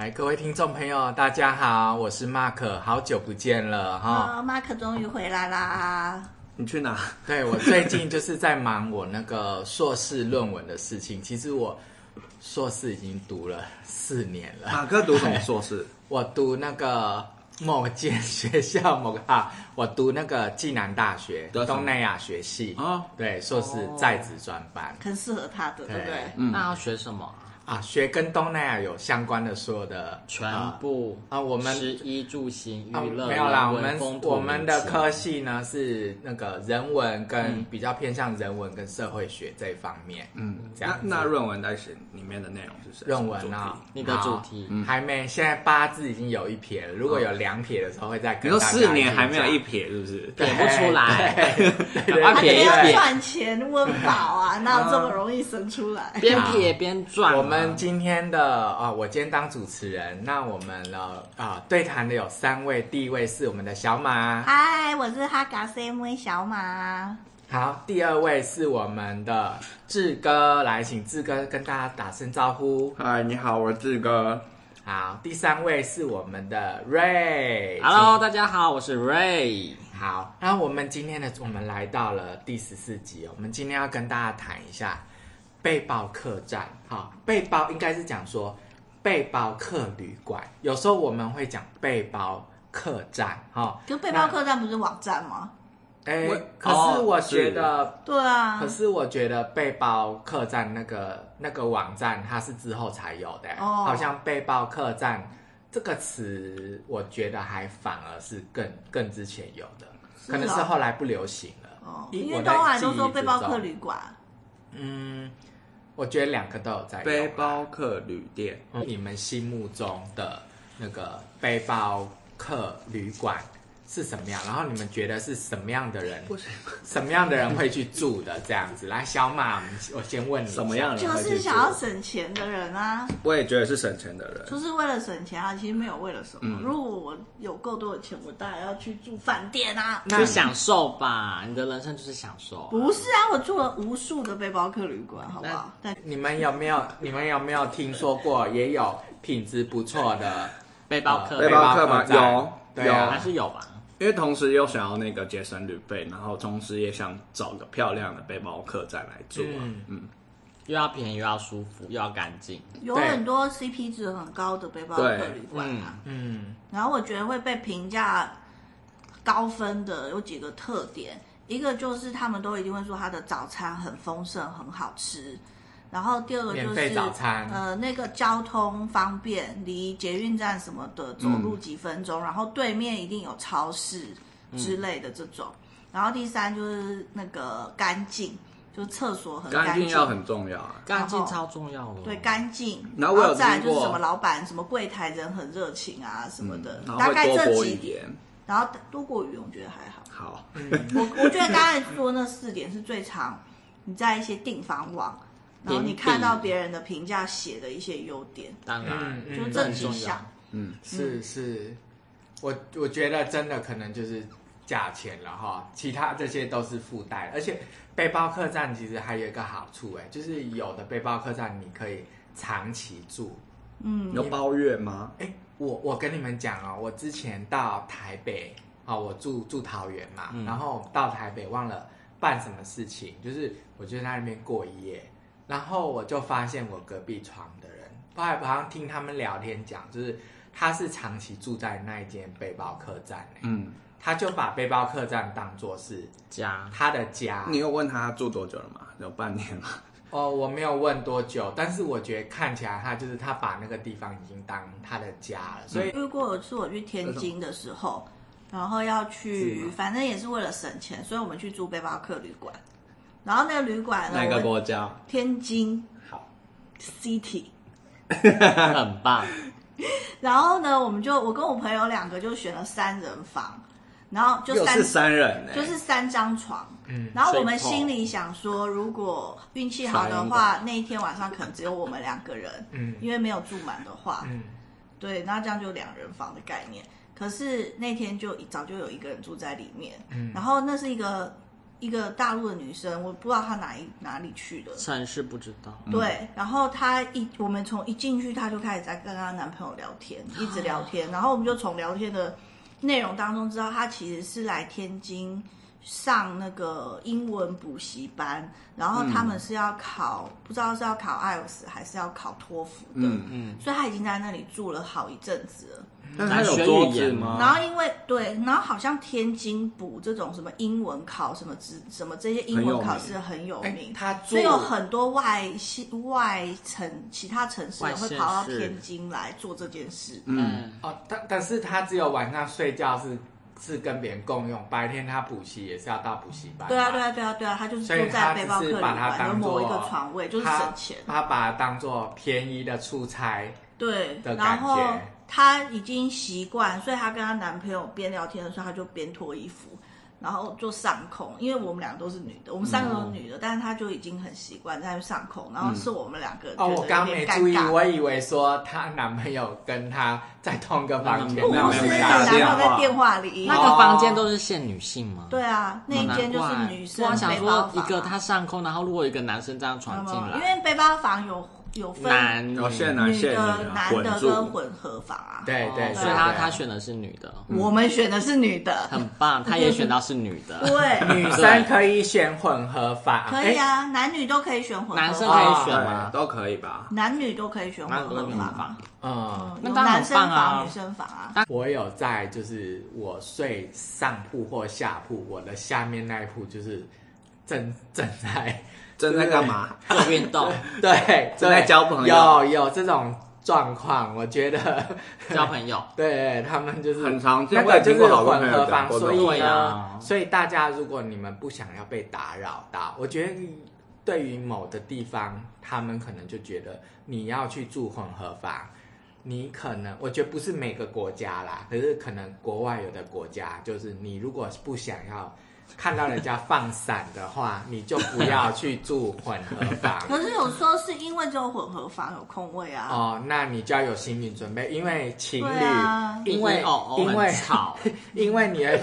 各位听众朋友，大家好，我是 Mark， 好久不见了哈。 Mark 终于回来啦！ 你去哪？ 对，我最近就是在忙我那个硕士论文的事情。其实我硕士已经读了4年了。 马克读什么硕士？ 我读那个某间学校我读那个暨南大学东南亚学系。对，硕士在职专班， 很适合他的，对不对？ 那要学什么？ 学跟东南亚有相关的所有的全部我们食衣住行娱乐没有啦，我们的民情科系呢是那个人文跟比较偏向人文跟社会学这一方面。这样子。 那论文在写里面的内容是什么？ 论文啊， 你的主题还没，现在8字已经有1撇了，如果有2撇的时候会再跟你说大家 4年还没有1撇，是不是？ 点不出来， 对赶快撇一撇， 要赚钱温饱啊，哪有这么容易生出来？ 边撇边赚。 我们今天的我今天当主持人，那我们对谈的有3位，第一位是我们的小马， 嗨，我是哈嘎 CMA 小马。 好，第2位是我们的志哥，来，请志哥跟大家打声招呼。 嗨，你好，我是志哥。 好，第3位是我们的 Ray。 Hello， 大家好，我是 Ray。 好，那我们今天我们来到了第14集，我们今天要跟大家谈一下背包客栈。好，背包应该是讲说背包客旅馆，有时候我们会讲背包客栈。 就背包客栈不是网站吗？ 可是我觉得， 对啊。 可是我觉得背包客栈那个网站它是之后才有的，好像背包客栈这个词，我觉得还反而是更之前有的，可能是后来不流行了。 因为东海都说背包客旅馆。 我觉得2个都有在用。 背包客旅店， 你们心目中的那个背包客旅馆是什么样？然后你们觉得是什么样的人？什么样的人会去住的？这样子，来，小马，我先问你， 什么样的人会去住？ 就是想要省钱的人啊。 我也觉得是省钱的人， 就是为了省钱啊，其实没有为了什么。如果我有够多的钱，我当然要去住饭店啊， 去享受吧，你的人生就是享受。 不是啊，我住了无数的背包客旅馆，好不好？ 你们有没有听说过也有品质不错的背包客吗？有还是有吧。 因为同时又想要那个节省旅费，然后同时也想找个漂亮的背包客栈来住又要便宜又要舒服又要干净， 有很多 CP 值很高的背包客旅馆啊。然后我觉得会被评价高分的有几个特点，一个就是他们都一定会说他的早餐很丰盛很好吃，然后第二个就是免费早餐， 那个交通方便，离捷运站什么的走路几分钟，然后对面一定有超市之类的这种。然后第3就是那个干净，就是厕所很干净， 干净要很重要啊， 干净超重要的。 对，干净。 然后我有再来听过就是什么老板、什么柜台人很热情啊什么的， 然后大概会多这几国语言， 然后多国语我觉得还好。 好， 我觉得刚才说那4点是最常你在一些订房网，然后你看到别人的评价写的一些优点， 当然， 就这几项。 是，我觉得真的可能就是价钱了哈，其他这些都是附带的。而且背包客栈其实还有一个好处，就是有的背包客栈你可以长期住。 有包月吗？ 我跟你们讲哦，我之前到台北我住桃园嘛，然后到台北忘了办什么事情，就是我就在那边过1夜，然后我就发现我隔壁床的人，好像听他们聊天讲，就是他是长期住在那一间背包客栈，他就把背包客栈当作是他的家。 你有问他住多久了吗？有半年吗？ 我没有问多久，但是我觉得看起来他把那个地方已经当他的家了。所以如果有次我去天津的时候，然后要去，反正也是为了省钱，所以我们去住背包客旅馆。然后那个旅馆呢， 哪个国家？ 天津。 好 ，City， 很棒。 然后呢，我跟我朋友2个就选了3人房，然后就是3人， 就是3张床。然后我们心里想说，如果运气好的话，那一天晚上可能只有我们2个人，因为没有住满的话，对，那这样就2人房的概念。可是那天就早就有1个人住在里面，然后那是一个一个大陆的女生，我不知道她哪里去的城市不知道。 对，然后我们从一进去，她就开始在跟她男朋友聊天，一直聊天，然后我们就从聊天的内容当中知道，她其实是来天津上那个英文补习班，然后他们是要考，不知道是要考 IELTS 还是要考托福的，所以她已经在那里住了好一阵子了。 但他有桌子吗？ 然后因为对，然后好像天津补这种什么英文考什么这些英文考试很有名，所以有很多其他城市人会跑到天津来做这件事。 但是他只有晚上睡觉是跟别人共用，白天他补习也是要到补习班。 对啊，他就是住在背包客旅馆的某一个床位，就是省钱。 他把它当做便宜的出差对的感觉。 然后她已经习惯，所以她跟她男朋友边聊天的时候，她就边脱衣服，然后就上空。因为我们两个都是女的，我们3个都是女的，但是她就已经很习惯在上空，然后是我们2个觉得有点尴尬。 我刚没注意，我以为说她男朋友跟她在同一个房间， 不是，男朋友在电话里。 那个房间都是限女性吗？ 对啊，那一间就是女生背包房。 一个她上空，然后如果有一个男生这样闯进来， 因为背包房有分女的、男的跟混合房啊。 对， 所以他选的是女的， 我们选的是女的， 很棒。他也选到是女的， 对， 女生可以选混合房， 可以啊，男女都可以选混合房， 男生可以选吗？ 都可以吧， 男女都可以选混合房。 那有男生房、女生房啊。 我有在，就是我睡上铺或下铺，我的下面那一铺就是正在干嘛？ 做运动， 对， 正在交朋友， 有这种状况，我觉得交朋友， 对他们就是很常见， 那个就是混合房，所以大家如果你们不想要被打扰到，我觉得对于某的地方，他们可能就觉得你要去住混合房，你可能我觉得不是每个国家啦，可是可能国外有的国家，就是你如果不想要看到人家放伞的话，你就不要去住混合房。 可是有时候是因为只有混合房有空位啊。 哦，那你就要有心理准备，因为情侣， 因为很吵， 因为你会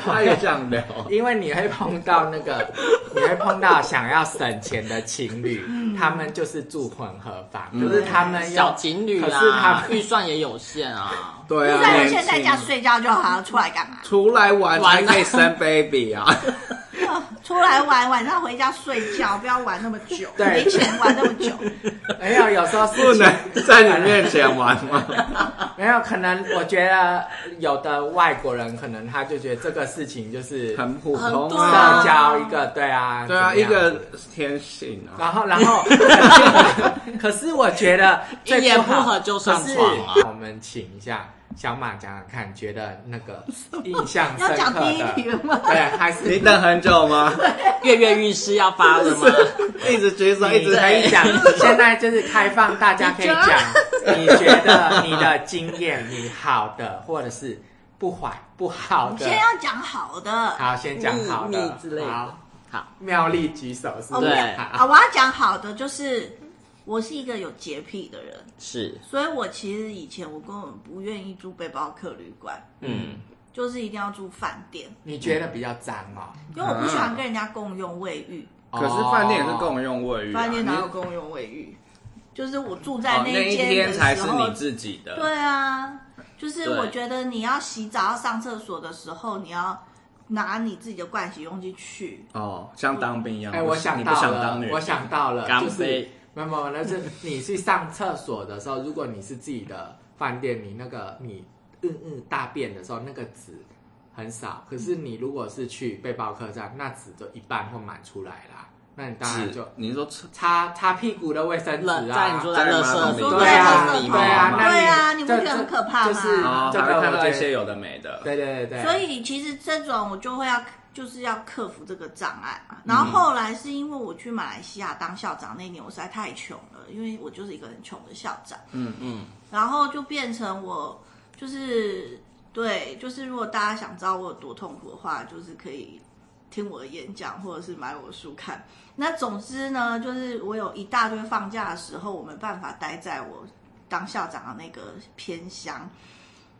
碰到那个，你会碰到想要省钱的情侣，他们就是住混合房，可是他们小情侣，可是他预算也有限啊。 对啊， 预算有限，在家睡觉就好，出来干嘛？ 出来玩才可以生 baby 啊。 出来玩，晚上回家睡觉，不要玩那么久， 没钱玩那么久。 没有，有时候不能在你面前玩吗？ 没有，可能我觉得有的外国人可能他就觉得这个事情就是很普通社交一个，对啊， 一个天性啊。 然后，可是我觉得一言不合就上床啊。 我们请一下小马讲讲看，觉得那个印象深刻的， 要讲第一题了吗？ 对，还是你等很久吗？ 跃跃欲试要发了吗？ 一直举手，一直可以讲。现在就是开放，大家可以讲，你觉得你的经验，你好的或者是不好的。 先要讲好的。 好，先讲好的之类的。好， 妙丽举手是对啊，我要讲好的就是。我是一个有洁癖的人， 是， 所以我其实以前我根本不愿意住背包客旅馆，就是一定要住饭店。 你觉得比较脏哦？ 因为我不喜欢跟人家共用卫浴。 可是饭店也是共用卫浴， 饭店哪有共用卫浴？就是我住在那一间天才是你自己的。 对啊，就是我觉得你要洗澡要上厕所的时候，你要拿你自己的盥洗用具去。 像当兵一样。 我想到了，就是。没有，那是你去上厕所的时候，如果你是自己的饭店，你大便的时候，那个纸很少。可是你如果是去背包客栈，那纸就一半会满出来啦。那你当然就你说擦屁股的卫生纸啊， 在你说在垃圾里， 对啊，你不觉得很可怕吗？ 就会看到一些有的没的。 对。 所以其实这种我就会就是要克服这个障碍嘛。然后后来是因为我去马来西亚当校长那一年，我实在太穷了，因为我就是一个很穷的校长。然后就变成我就是如果大家想知道我有多痛苦的话，就是可以听我的演讲或者是买我的书看。那总之呢，就是我有一大堆放假的时候，我没办法待在我当校长的那个偏乡。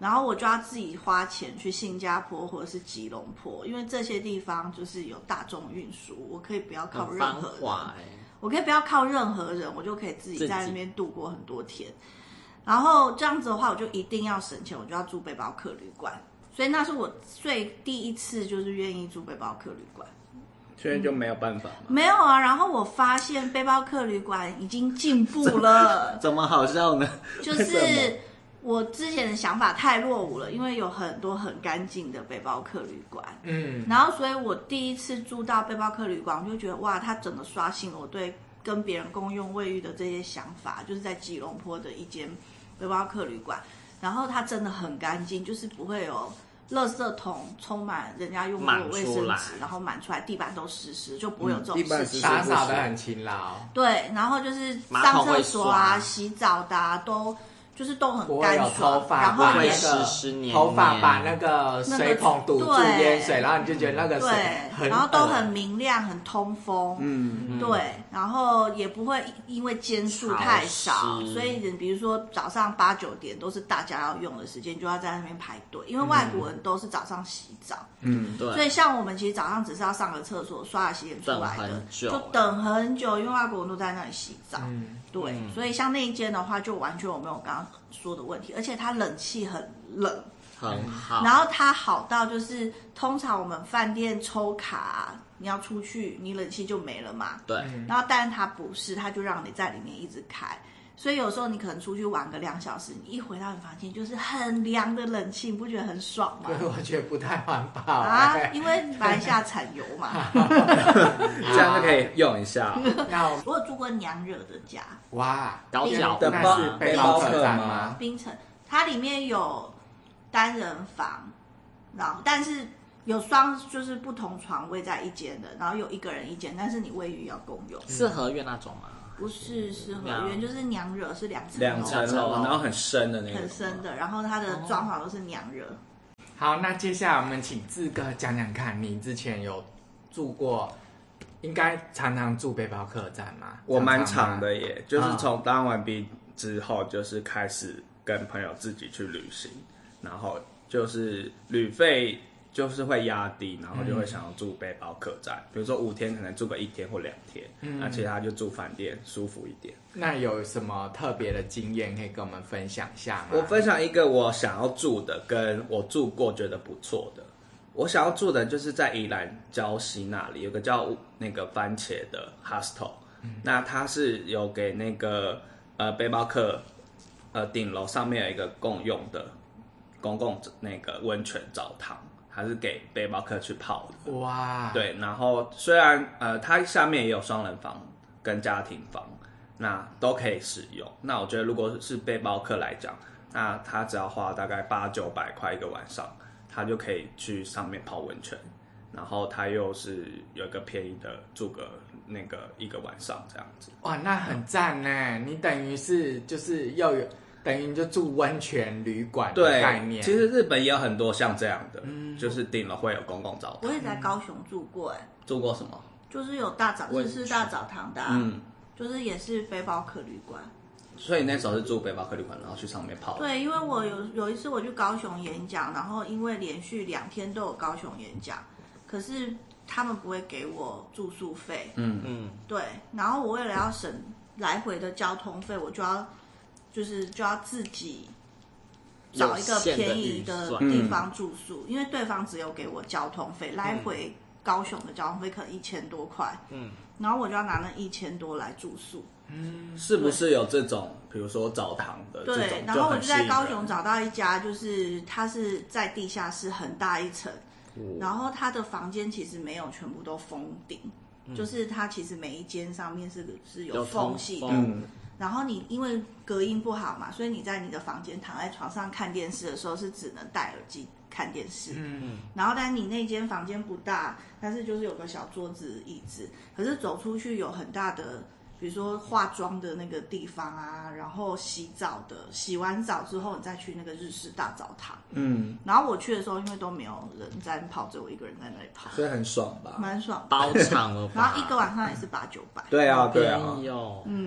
然后我就要自己花钱去新加坡或者是吉隆坡，因为这些地方就是有大众运输，我可以不要靠任何人，我可以不要靠任何人，我就可以自己在那边度过很多天。然后这样子的话，我就一定要省钱，我就要住背包客旅馆。所以那是我第一次就是愿意住背包客旅馆。 现在就没有办法吗？ 没有啊，然后我发现背包客旅馆已经进步了。 怎么好笑呢？ 就是我之前的想法太落伍了，因为有很多很干净的背包客旅馆，然后所以我第一次住到背包客旅馆，我就觉得哇，它整个刷新了我对跟别人共用卫浴的这些想法，就是在吉隆坡的一间背包客旅馆，然后它真的很干净，就是不会有垃圾桶充满人家用过的卫生纸，然后满出来，地板都湿湿，就不会有这种事情。 打扫的很勤劳。 对，然后就是上厕所啊、洗澡的啊，都很干爽，然后会湿黏，头发把那个水孔堵住淹水，然后你就觉得那个水很然后都很明亮、很通风，对，然后也不会因为间数太少，所以比如说早上8、9点都是大家要用的时间，就要在那边排队，因为外国人都是早上洗澡， 对， 所以像我们其实早上只是要上个厕所、刷牙洗脸出来的，就等很久，因为外国人都在那里洗澡。对，所以像那一间的话，就完全我没有刚刚说的问题，而且它冷气很冷， 很好。 然后它好到就是，通常我们饭店抽卡，你要出去，你冷气就没了嘛。 对。 然后，但是它不是，它就让你在里面一直开。所以有时候你可能出去玩个2小时，你一回到你房间就是很凉的冷气，你不觉得很爽吗？ 对，我觉得不太环保啊，因为马来西亚产油嘛， 这样就可以用一下。 我有住过娘惹的家， 哇， 高脚的背包客吗？ 槟城，它里面有单人房，然后但是有就是不同床位在一间的，然后有1个人一间，但是你卫浴要共用。 是合院那种吗？ 不是合院，就是娘惹，是2 层楼，然后很深的那种， 很深的，然后它的装潢都是娘惹。 好，那接下来我们请志哥讲讲看，你之前有住过，应该常常住背包客栈吗？ 我蛮长的耶，就是从当完兵之后，就是开始跟朋友自己去旅行，然后就是旅费就是会压低，然后就会想要住背包客栈，比如说5天可能住个1天或2天，那其他就住饭店舒服一点。 那有什么特别的经验可以跟我们分享一下吗？ 我分享一个我想要住的，跟我住过觉得不错的。我想要住的就是在宜兰礁溪那里有个叫那个番茄的 hostel，那它是有给那个背包客顶楼上面有一个共用的公共那个温泉澡堂。还是给背包客去泡的。 哇， 对，然后虽然它下面也有双人房跟家庭房，那都可以使用。那我觉得如果是背包客来讲，那他只要花大概800-900块1个晚上，他就可以去上面泡温泉，然后他又是有一个便宜的住个那个1个晚上这样子。 哇，那很赞呢！你等于是就是又有。等于你就住温泉旅馆的概念。 其实日本也有很多像这样的，就是顶了会有公共澡堂。 我也在高雄住过， 住过什么？ 就是有日式大澡堂的，就是也是背包客旅馆。 所以那时候是住背包客旅馆，然后去上面泡。 对，因为我有一次我去高雄演讲，然后因为连续2天都有高雄演讲，可是他们不会给我住宿费。对，然后我为了要省来回的交通费，我就要自己找一个便宜的地方住宿，因为对方只有给我交通费，来回高雄的交通费可能1000多块，然后我就要拿那1000多来住宿。 是不是有这种，比如说澡堂的这种？ 对，然后我就在高雄找到一家，就是它是在地下室很大一层，然后它的房间其实没有全部都封顶，就是它其实每一间上面是有缝隙的。然后你因为隔音不好嘛，所以你在你的房间躺在床上看电视的时候是只能戴耳机看电视。然后但你那间房间不大，但是就是有个小桌子椅子，可是走出去有很大的，比如说化妆的那个地方啊，然后洗澡的，洗完澡之后你再去那个日式大澡堂。然后我去的时候因为都没有人在泡，只有我一个人在那里泡， 所以很爽吧？ 蛮爽， 包场了吧？ 然后1个晚上也是800-900。 对啊，对啊。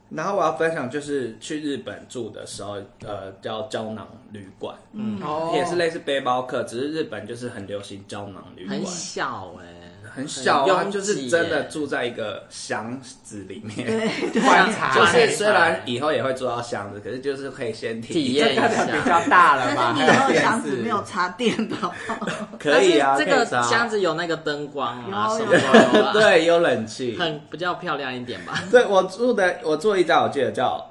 然后我要分享就是去日本住的时候，叫胶囊旅馆，也是类似背包客，只是日本就是很流行胶囊旅馆， 很小很小啊，就是真的住在一个箱子里面， 观察， 就是虽然以后也会住到箱子，可是就是可以先体验一下， 比较大了吧？ 但是你以后箱子没有插电的， 可以啊， 这个箱子有那个灯光啊，什么都有，对，有冷气， 比较漂亮一点吧。 对，我住一家我记得叫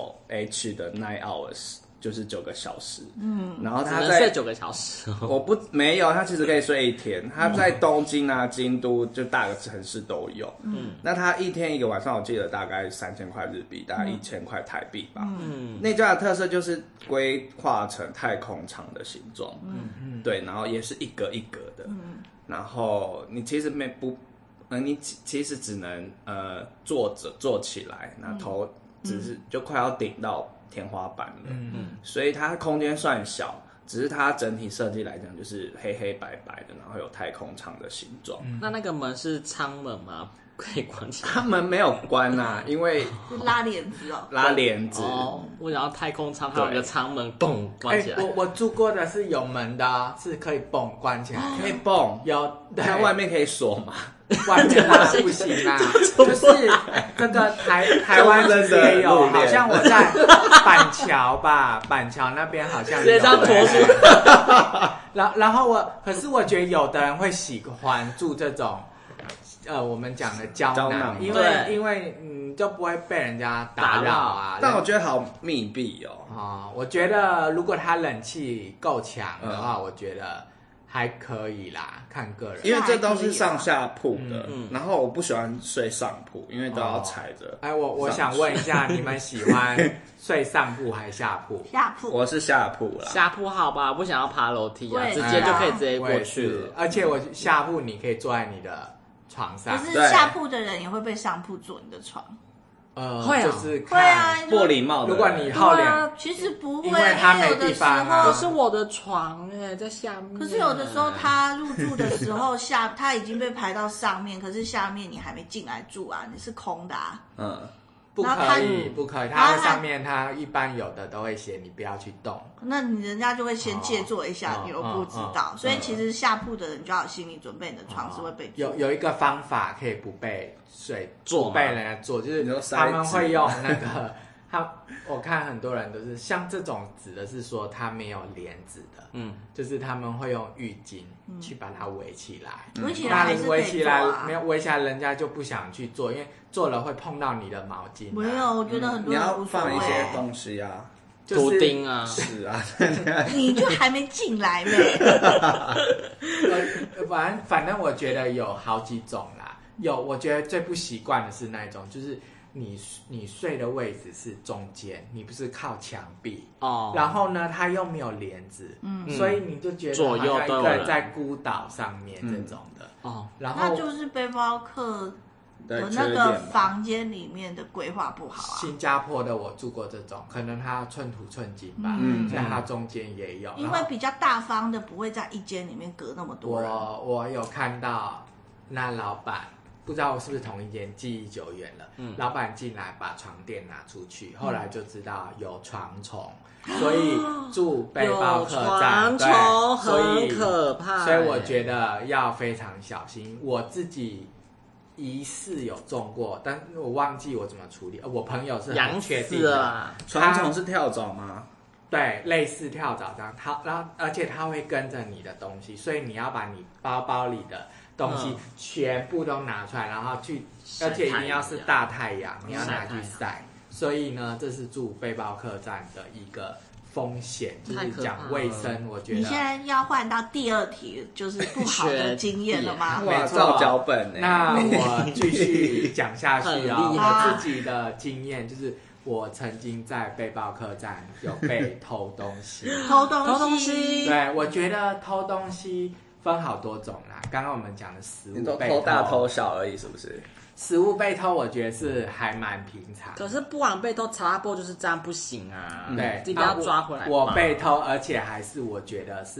9H 的 9 hours。就是9个小时，然后他只能睡9个小时。 没有，他其实可以睡1天。他在东京啊、京都就大个城市都有。那他1天1个晚上，我记得大概3000块日币，大概1000块台币吧。那家的特色就是规划成太空舱的形状，对，然后也是一格一格的。然后你其实你其实只能坐起来，那头只是就快要顶到天花板了，所以它空间算小，只是它整体设计来讲就是黑黑白白的，然后有太空舱的形状。 那个门是舱门吗？可以关起来？ 它门没有关啊，因为拉帘子哦， 拉帘子。 我想要太空舱，它有个舱门，嘣关起来。 我住过的是有门的，是可以嘣关起来， 可以嘣。 有， 那外面可以锁吗？ 外面当然不行啦，就是这个台湾其实也有，好像我在板桥那边好像有， 直接这样拖出。 然后可是我觉得有的人会喜欢住这种，我们讲的胶囊，因为就不会被人家打扰啊。 但我觉得好密闭哦。我觉得如果它冷气够强的话，我觉得还可以啦，看个人。 因为这都是上下铺的，然后我不喜欢睡上铺，因为都要踩着。 我想问一下，你们喜欢睡上铺还是下铺？ 下铺。 我是下铺啦。 下铺好吧，不想要爬楼梯啊，直接就可以直接过去了。 而且我下铺你可以坐在你的床上， 可是下铺的人也会被上铺坐你的床。 会就是会啊， 玻璃帽的。 如果你好脸， 其实不会， 因为他没地方啊。 可是我的床在下面。 可是有的时候他入住的时候他已经被排到上面，可是下面你还没进来住啊，你是空的啊。 不可以，不可以。它上面它一般有的都会写你不要去动， 那你人家就会先借坐一下，你又不知道，所以其实下铺的人就要有心理准备，你的床是会被有一个方法可以不被不被人家坐，就是他们会用那个我看很多人都是像这种指的是说它没有帘子的，就是他们会用浴巾去把它围起来， 围起来还是可以坐啊， 没有围起来，人家就不想去做，因为做了会碰到你的毛巾。 没有，我觉得很多人你要放一些东西啊， 图钉啊， 是啊， 你就还没进来呗。 反正我觉得有好几种啦，我觉得最不习惯的是那一种，就是你睡的位置是中间，你不是靠墙壁然后呢，它又没有帘子，所以你就觉得好像一个人在孤岛上面这种的然后那就是背包客的那个房间里面的规划不好啊。 新加坡的我住过这种，可能它寸土寸金吧，所以它中间也有。 因为比较大方的不会在一间里面隔那么多人。 我有看到那老板。不知道我是不是同一间，记忆久远了。老板进来把床垫拿出去，后来就知道有床虫，所以住背包客栈， 有床虫很可怕。 所以我觉得要非常小心。我自己疑似有中过，但我忘记我怎么处理。我朋友是很确定的。 床虫是跳蚤吗？ 对，类似跳蚤这样。然后而且它会跟着你的东西，所以你要把你包包里的东西全部都拿出来，然后而且一定要是大太阳，你要拿去晒。所以呢，这是住背包客栈的一个风险，就是讲卫生。我觉得你现在要换到第二题，就是不好的经验了吗？ 哇，照脚本呢。 那我继续讲下去啊， 我自己的经验就是。我曾经在背包客栈有被偷东西， 偷东西。 对，我觉得偷东西分好多种啦。刚刚我们讲的食物被偷大偷小而已，是不是？ 食物被偷，我觉得是还蛮平常。 可是不然被偷查拉波就是这样不行啊。 对， 一定要抓回来。 我被偷，而且还是我觉得是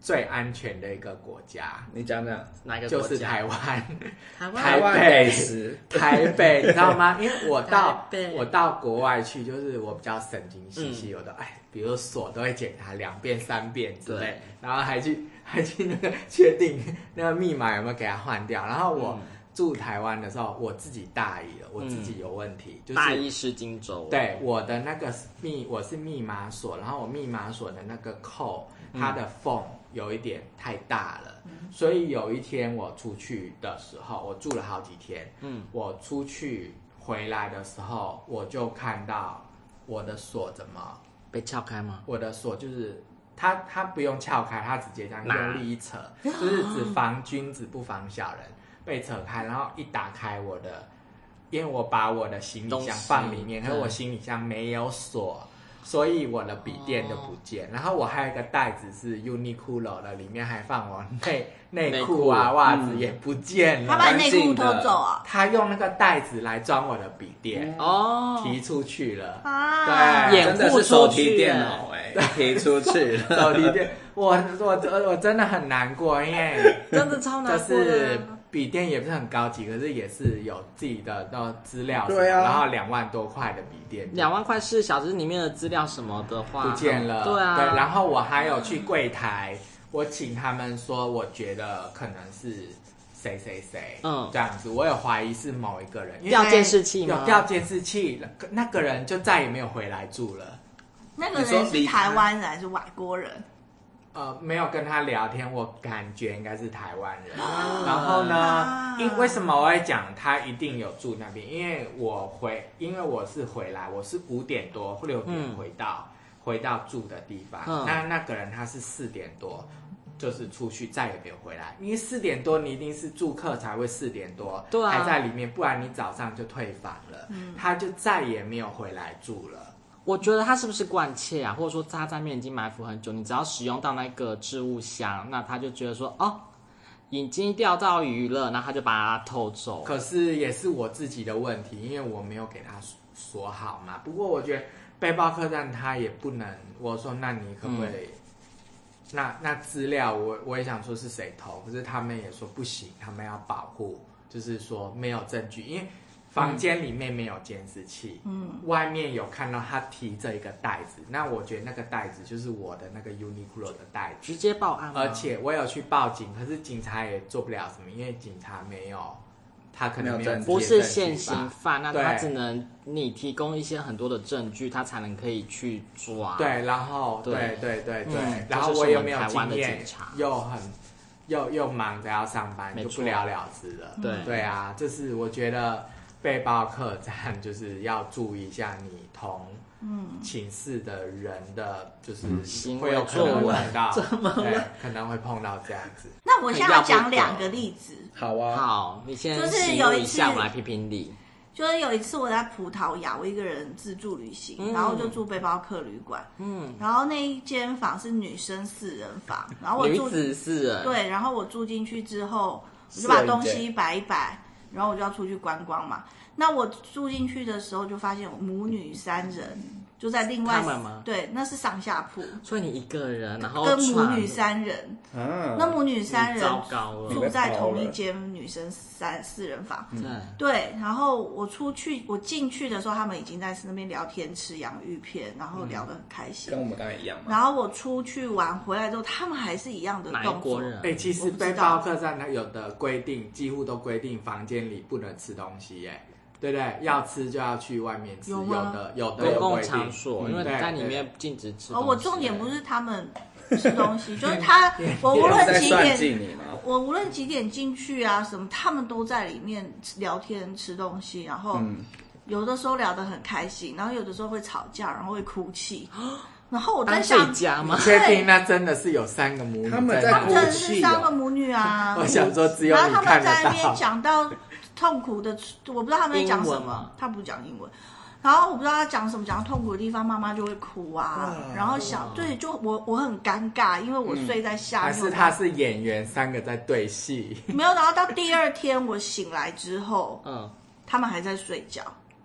最安全的一个国家。 你讲讲哪个国家？ 就是台湾。 台湾美食， 台北，你知道吗？因为我到国外去，就是我比较神经兮兮，我都比如锁都会检查2遍3遍之类，然后还去那个确定那个密码有没有给他换掉。然后我住台湾的时候，我自己大意了，我自己有问题，就是大意失荆州。 对，我的那个我是密码锁，然后我密码锁的那个扣，它的缝有一点太大了，所以有一天我出去的时候，我住了好几天，我出去回来的时候，我就看到我的锁怎么被撬开吗？ 我的锁就是它不用撬开，它直接这样用力一扯，就是只防君子不防小人，被扯开，然后一打开我的，因为我把我的行李箱放里面，可是我行李箱没有锁。所以我的笔电就不见，然后我还有一个袋子是 Uniqlo 的，里面还放我内裤啊、袜子也不见了。 他把内裤偷走啊？ 他用那个袋子来装我的笔电，提出去了。 对， 真的是手提电脑提出去了。 手提电，我真的很难过，因为真的超难过的。 就是笔电也不是很高级，可是也是有自己的资料， 对啊， 然后2万多块的笔电 ，2万块是小，只是里面的资料什么的话不见了， 对啊， 对，然后我还有去柜台，我请他们说，我觉得可能是谁，这样子，我有怀疑是某一个人，因为调监视器吗？ 有调监视器，那个人就再也没有回来住了。 那个人是台湾人还是外国人？ 没有跟他聊天，我感觉应该是台湾人。然后呢，为什么我会讲他一定有住那边？因为我是回来，我是5点多6点回到住的地方。那个人他是4点多，就是出去再也没有回来。因为4点多你一定是住客才会4点多还在里面，不然你早上就退房了。他就再也没有回来住了。 我觉得他是不是惯窃啊？或者说他在面已经埋伏很久，你只要使用到那个置物箱，那他就觉得说已经钓到鱼了，那他就把它偷走。 可是也是我自己的问题，因为我没有给他锁好嘛。不过我觉得背包客栈他也不能，我说那你可不可以？那资料我也想说是谁偷，可是他们也说不行，他们要保护，就是说没有证据，因为房间里面没有监视器，外面有看到他提着一个袋子，那我觉得那个袋子就是我的那个 Uniqlo 的袋子， 直接报案吗？ 而且我有去报警，可是警察也做不了什么，因为警察没有，他可能没有不是现行犯，那他只能你提供一些很多的证据，他才能可以去抓。 对，然后对，然后我也没有经验，又忙着要上班，就不了了之了。对啊，这是我觉得。背包客栈就是要注意一下你同寝室的人的，就是会有可能碰到，对，可能会碰到这样子。 那我现在要讲2个例子。 好啊， 好，你先就是有一次， 我来评评理。 就是有一次我在葡萄牙，我一个人自助旅行，然后就住背包客旅馆，然后那一间房是女生4人房，然后女子4人， 对，然后我住进去之后，我就把东西摆一摆。然后我就要出去观光嘛，那我住进去的时候就发现母女3人就在另外，对，那是上下铺， 所以你一个人，然后跟母女3人，那母女3人糟糕了， 住在同一间女生4人房，对，然后我进去的时候，他们已经在那边聊天吃洋芋片，然后聊得很开心， 跟我们刚才一样嘛。 然后我出去玩回来之后，他们还是一样的动作。 其实背包客栈它有的规定，几乎都规定房间里不能吃东西耶。对不对？要吃就要去外面吃，有的公共场所，因为在里面禁止吃东西。 我重点不是他们吃东西，就是我无论几点进去啊，什么他们都在里面聊天吃东西，然后有的时候聊得很开心，然后有的时候会吵架，然后会哭泣。然后我在想， 你确定那真的是有3个母女？ 他们在哭泣 ，3个母女啊。 我想说只有你看得到。 然后他们在那边讲到痛苦的，我不知道他们在讲什么，他不讲英文。然后我不知道他讲什么，讲到痛苦的地方，妈妈就会哭啊。然后对，就我很尴尬，因为我睡在下面。 还是他是演员，3个在对戏？ 没有，然后到第2天我醒来之后，他们还在睡觉。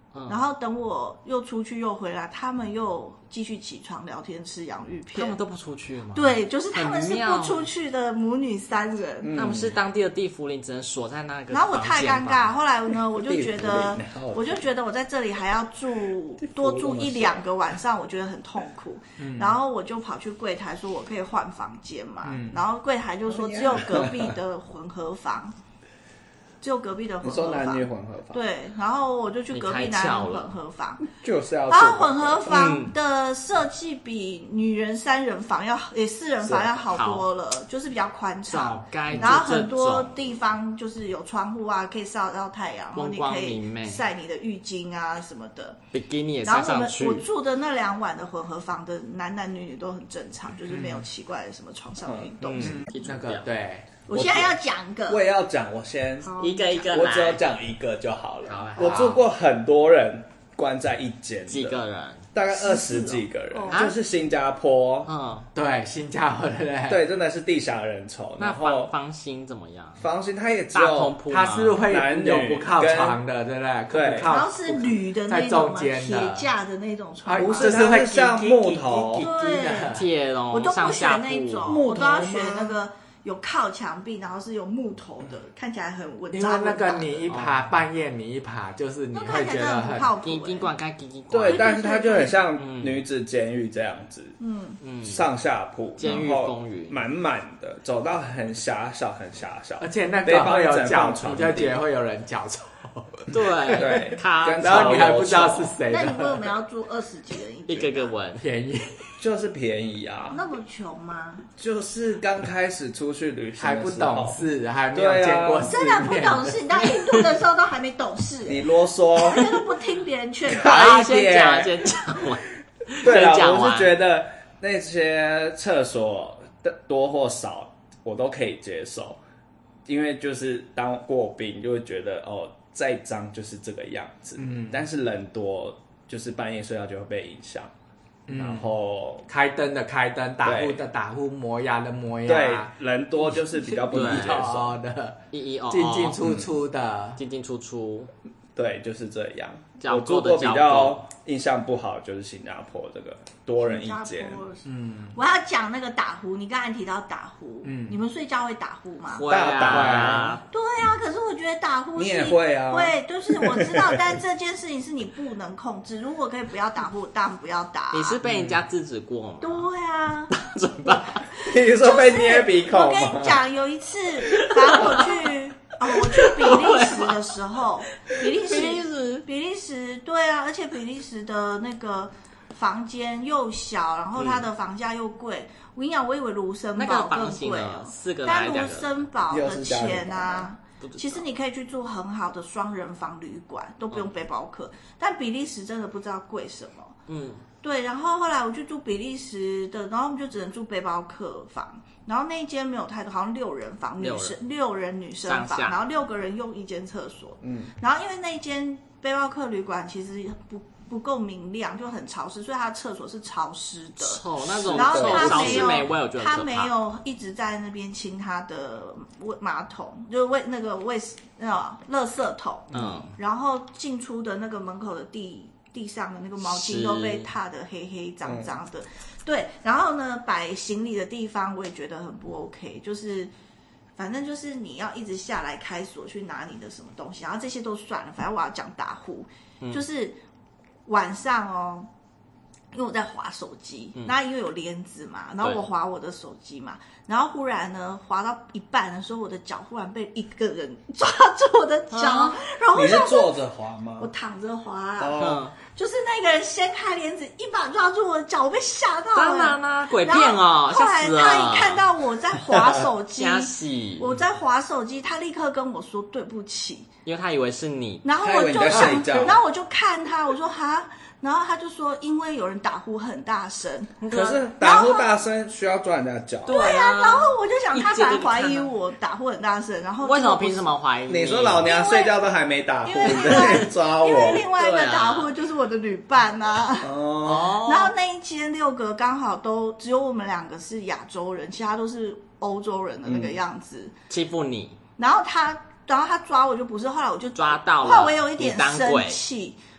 然后等我又出去又回来，他们又继续起床聊天吃洋芋片。 他们都不出去吗？ 对，就是他们是不出去的母女3人。 他们是当地的地茯苓，只能锁在那个。 然后我太尴尬，后来呢，我就觉得我在这里还要多住1-2个晚上，我觉得很痛苦。然后我就跑去柜台说我可以换房间嘛，然后柜台就说只有隔壁的混合房。只有隔壁的混合房， 你说男女混合房？ 对，然然后我就去隔壁男女混合房， 就是要。 然后混合房的设计比女人3人房4人房要好多了，就是比较宽敞，然后很多地方就是有窗户啊，可以晒到太阳，然后你可以晒你的浴巾啊什么的。 比基尼也晒上去。 然后我住的那2晚的混合房的男女都很正常，就是没有奇怪的什么床上运动。 那个对。 我现在要讲一个， 我也要讲，我先一个一个来， 我只有讲一个就好了。我住过很多人关在一间， 几个人？ 大概20几个人，就是新加坡。 对，新加坡对，真的是地狭人稠。 那房型怎么样？ 房型它也只有它是会有不靠床的，对不对？ 对， 然后是铝的那种铁架的那种床， 不是，它是像木头， 对， 铁笼， 我都不选那种，我都要选那个。有靠墙壁，然后是有木头的，看起来很稳。 因为那个你一爬，半夜你一爬，就是你会觉得很靠谱。 对，但是它就很像女子监狱这样子，上下铺， 监狱公寓， 满满的，走到很狭小，很狭小， 而且那个会有脚臭，你就觉得会有人脚臭。 对， 然后你还不知道是谁。 那你为什么要住20几人一个个闻？ 便宜。 就是便宜啊！ 那么穷吗？ 就是刚开始出去旅行还不懂事，还没有见过世面。 虽然不懂事，你到印度的时候都还没懂事。 你啰嗦， 而且都不听别人劝导。 先讲完。 对啊，我是觉得那些厕所的多或少，我都可以接受，因为就是当过病就会觉得再脏就是这个样子。但是人多，就是半夜睡觉就会被影响。然后开灯的开灯，打呼的打呼，磨牙的磨牙。 对，人多就是比较不能接受的，进进出出的， 进进出出。 对，就是这样。我住过比较印象不好，就是新加坡这个多人一间。 我要讲那个打呼，你刚才提到打呼，你们睡觉会打呼吗？ 会啊。 对啊，可是我觉得打呼你也会啊。 会，就是我知道，但这件事情是你不能控制。如果可以不要打呼，当然不要打。 你是被人家制止过吗？ 对啊。 怎么办？ 你说被捏鼻孔吗？ 我跟你讲，有一次，反正我去比利时的时候，比利时，对啊，而且比利时的那个房间又小，然后它的房价又贵。我跟你讲，我以为卢森堡更贵，但卢森堡的钱啊，其实你可以去住很好的双人房旅馆，都不用背包客。但比利时真的不知道贵什么。对，然后后来我去住比利时的，然后我们就只能住背包客房，然后那一间没有太多，好像6人房，6人女生房，然后6个人用一间厕所。然后因为那一间背包客旅馆其实不够明亮，就很潮湿，所以它的厕所是潮湿的， 臭那种。 然后他没有一直在那边清他的马桶，就是那个垃圾桶。然后进出的那个门口的地上的那个毛巾都被踏得黑黑脏脏的。对，然后呢，摆行李的地方我也觉得很不 OK， 就是反正就是你要一直下来开锁去拿你的什么东西，然后这些都算了，反正我要讲打呼，就是晚上因为我在滑手机，那因为有帘子嘛，然后我滑我的手机嘛，然后忽然呢滑到一半的时候，我的脚忽然被一个人抓住我的脚，然后你是坐着滑吗？ 我躺着滑就是那个人掀开帘子，一把抓住我的脚，我被吓到了。 当然啦，鬼片哦！ 后来他一看到我在滑手机， 我在滑手机，他立刻跟我说对不起， 因为他以为是你。 然后我就看他，我说哈。然后他就说，因为有人打呼很大声， 可是打呼大声需要抓人家脚。 对啊，然后我就想，他才怀疑我打呼很大声，然后为什么凭什么怀疑你？说老娘睡觉都还没打呼，你在抓我？ 因为另外一个打呼就是我的旅伴啊。然后那一间6个刚好都只有我们2个是亚洲人，其他都是欧洲人的那个样子， 欺负你。 然后他抓我就不是，后来我就抓到了， 后来我有一点生气。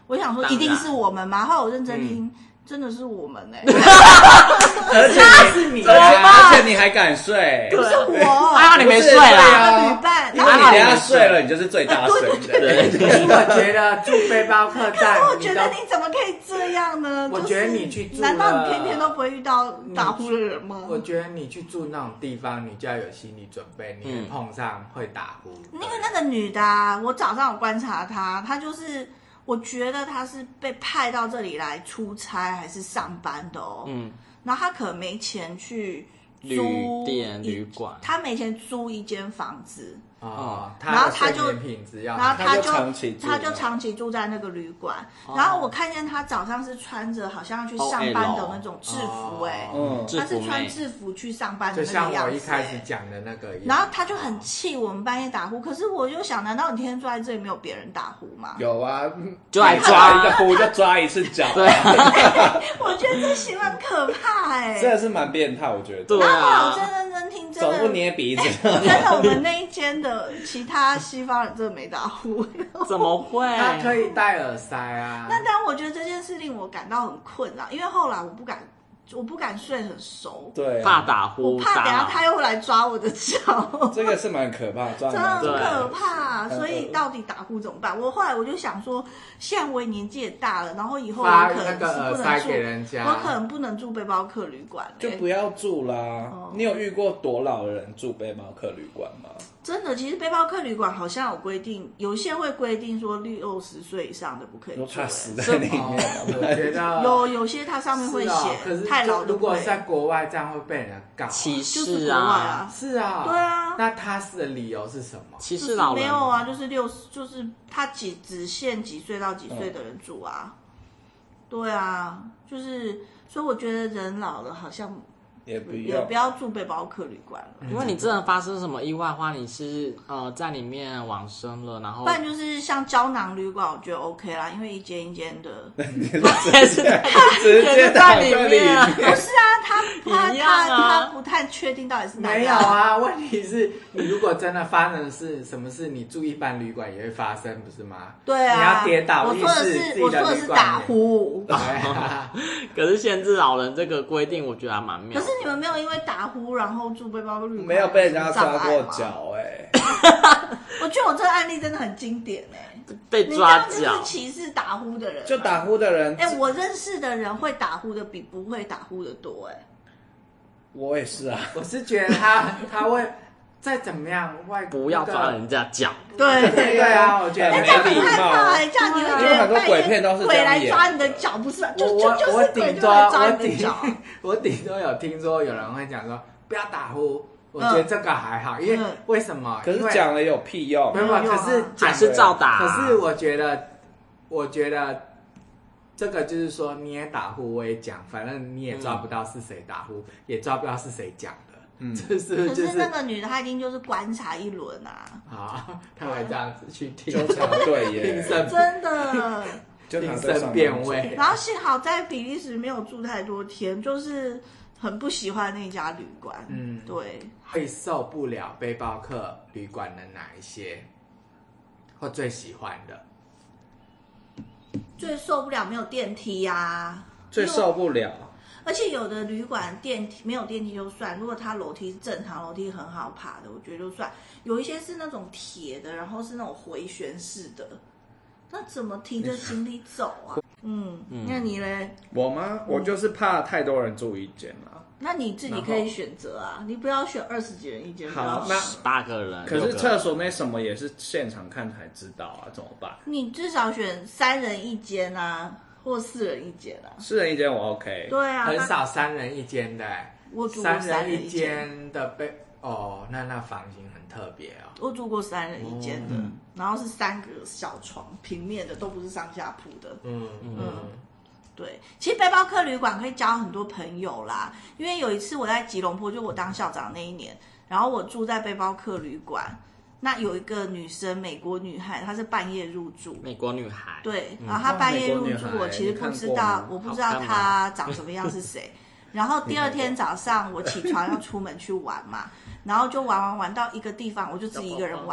我想说一定是我们嘛，后来我认真听。真的是我们而且你还敢睡？ 不是我， 还好你没睡啦。 旅伴， 因为你等下睡了，你就是最大声的。 可是我觉得住背包客栈， 可是我觉得你怎么可以这样呢？ 我觉得你去住， 难道你天天都不会遇到打呼的人吗？ 我觉得你去住那种地方，你就要有心理准备，你会碰上会打呼。 因为那个女的啊，我早上有观察她就是。我觉得他是被派到这里来出差还是上班的哦。然后他可能没钱去租旅馆， 他没钱租一间房子。 然后他就长期住在那个旅馆。然后我看见他早上是穿着好像要去上班的那种制服，他是穿制服去上班的那个样子， 就像我一开始讲的那个一样。 然后他就很气我们半夜打呼，可是我就想，难道你天天坐在这里没有别人打呼吗？ 有啊， 就来抓一个呼就抓一次脚。 对， 我觉得这行为很可怕真的是蛮变态，我觉得。 对啊， 我认真听，真的总不捏鼻子。 真的，我们那一间的其他西方人真的没打呼。 怎么会？ 他可以戴耳塞啊。 那当然，我觉得这件事令我感到很困扰，因为后来我不敢睡很熟， 对， 怕打呼， 我怕等下他又会来抓我的脚。 这个是蛮可怕， 真的很可怕。所以到底打呼怎么办？后来我就想说，现在我年纪也大了，然后以后我可能是不能住，我可能不能住背包客旅馆， 就不要住啦。你有遇过多老的人住背包客旅馆吗？ 真的，其实背包客旅馆好像有规定，有些会规定说60岁以上的不可以住。 他死在里面， 我觉得有些它上面会写， 可是太老的如果在国外这样会被人告歧视就是国外啊， 是啊， 对啊。 那他是的理由是什么？ 歧视老人没有啊，就是他只限几岁到几岁的人住啊。对啊，就是所以我觉得人老了好像。也不要住背包客旅馆了， 因为你真的发生什么意外的话，你是在里面往生了，然后不然就是像胶囊旅馆，我觉得 OK 啦，因为一间一间的， 也是在里面， 不是啊，他不太确定到底是哪没有啊。问题是你如果真的发生是什么事，你住一般旅馆也会发生，不是吗？ 对啊， 你要跌倒， 我说的是打呼。 可是限制老人这个规定，我觉得还蛮妙。 可是你们没有因为打呼然后住背包客旅馆， 没有被人家抓过脚我觉得我这个案例真的很经典被抓脚， 你这样就是歧视打呼的人， 就打呼的人。 我认识的人会打呼的比不会打呼的多我也是啊， 我是觉得他会再怎么样不要抓人家脚。 对啊，我觉得没礼貌。这样你会觉得很多鬼片都是鬼来抓你的脚，不是？就是鬼就来抓你的脚。 我顶多有听说有人会讲说不要打呼。我觉得这个还好，因为什么？ 可是讲了有屁用？ 没有，可是还是照打。 可是我觉得这个就是说，你也打呼，我也讲，反正你也抓不到是谁打呼，也抓不到是谁讲的。可是那个女的，她一定就是观察一轮啊。 她会这样子去听， 对耶， 真的听声辨位。 然后幸好在比利时没有住太多天，就是很不喜欢那家旅馆。对。 会受不了背包客旅馆的哪一些，或最喜欢的？ 最受不了没有电梯啊， 最受不了。 而且有的旅馆电梯没有电梯就算，如果它楼梯是正常楼梯很好爬的，我觉得就算。有一些是那种铁的，然后是那种回旋式的，那怎么提着行李走啊？那你嘞？ 我吗？我就是怕太多人住一间了。 那你自己可以选择啊，你不要选20几人一间， 好，那 8个人。 可是厕所那什么也是现场看才知道啊，怎么办？ 你至少选3人一间啊，或4人一间啊。 4人一间我 OK。 对啊， 很少3人一间的。 我住过3人一间的那房型很特别哦。 我住过3人一间的，然后是3个小床，平面的，都不是上下铺的。对，其实背包客旅馆可以交很多朋友啦。因为有一次我在吉隆坡，就我当校长那一年，然后我住在背包客旅馆，那有一个女生，美国女孩，她是半夜入住。 美国女孩。 对，然后她半夜入住，我其实不知道，我不知道她长什么样是谁。然后第2天早上我起床要出门去玩嘛，然后就玩到一个地方，我就自己一个人玩。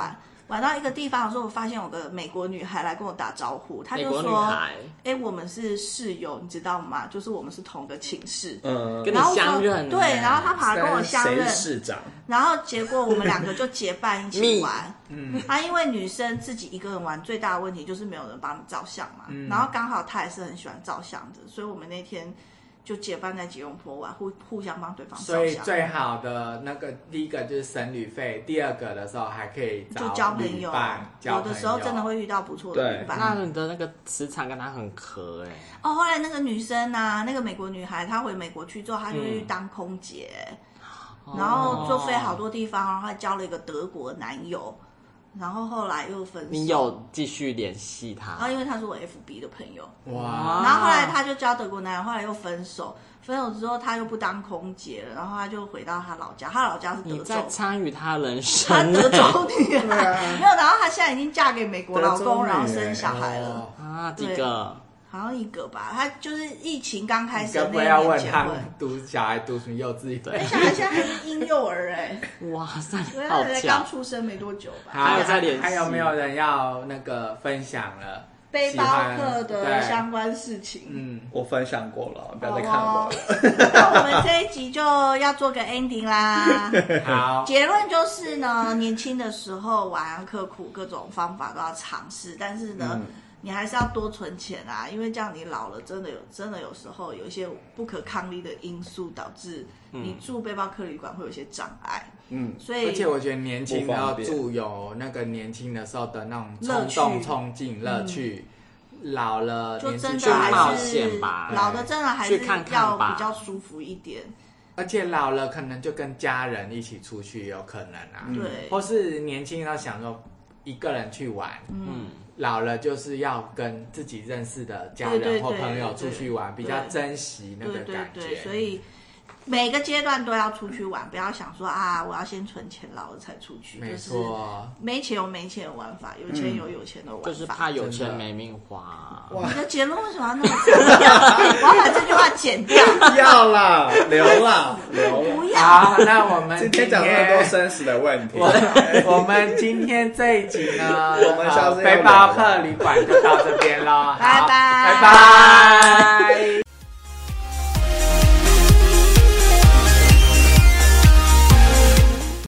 玩到一个地方的时候，我发现有个美国女孩来跟我打招呼，她就说：“我们是室友，你知道吗？就是我们是同个寝室， 跟你相认。” 对，然后她跑来跟我相认， 谁是市长？ 然后结果我们两个就结伴一起玩。因为女生自己一个人玩，最大的问题就是没有人帮你照相嘛。然后刚好她也是很喜欢照相的，所以我们那天就结伴在吉隆坡玩，互相帮对方照相。 所以最好的那个第一个就是省旅费，第二个的时候还可以就交朋友，有的时候真的会遇到不错的旅伴。 那你的那个磁场跟他很合后来那个女生啊，那个美国女孩，她回美国去之后，她就去当空姐，然后就飞好多地方，然后她交了一个德国男友。然后后来又分手。 你有继续联系他？ 因为他是我 FB 的朋友。 哇！ 然后后来他就交德国男友，后来又分手。分手之后他又不当空姐了，然后他就回到他老家。他老家是德州。 你在参与他人生。 他德州女孩没有，然后他现在已经嫁给美国老公，然后生小孩了。 几个？ 好像一个吧，他就是疫情刚开始的那一年结婚，小孩读什么幼稚园？ 那小孩现在还是婴幼儿哇塞， 好巧，刚出生没多久吧。 还有在联系， 还有没有人要那个分享了背包客的相关事情？ 我分享过了，不要再看我了。 那我们这一集就要做个 ending 啦。 好， 结论就是呢，年轻的时候玩刻苦，各种方法都要尝试，但是呢。你还是要多存钱啊，因为这样你老了真的有时候有一些不可抗力的因素导致你住背包客旅馆会有一些障碍。所以而且我觉得年轻的要住有那个年轻的时候的那种冲动、冲劲、乐趣。老了就真的还是老的真的还是要比较舒服一点。 而且老了可能就跟家人一起出去有可能啊， 对， 或是年轻要想说一个人去玩，老了就是要跟自己认识的家人或朋友出去玩，比较珍惜那个感觉。 所以每个阶段都要出去玩，不要想说我要先存钱，老了才出去。 没错， 就是没钱有没钱的玩法，有钱有钱的玩法。 就是怕有钱没命花。 你的结论为什么要那么长？我要把这句话剪掉。 要啦，留啦。 不要。 好，那我们今天讲那么多生死的问题。 我们今天这一集呢，背包客旅馆就到这边咯。 拜拜， 拜拜。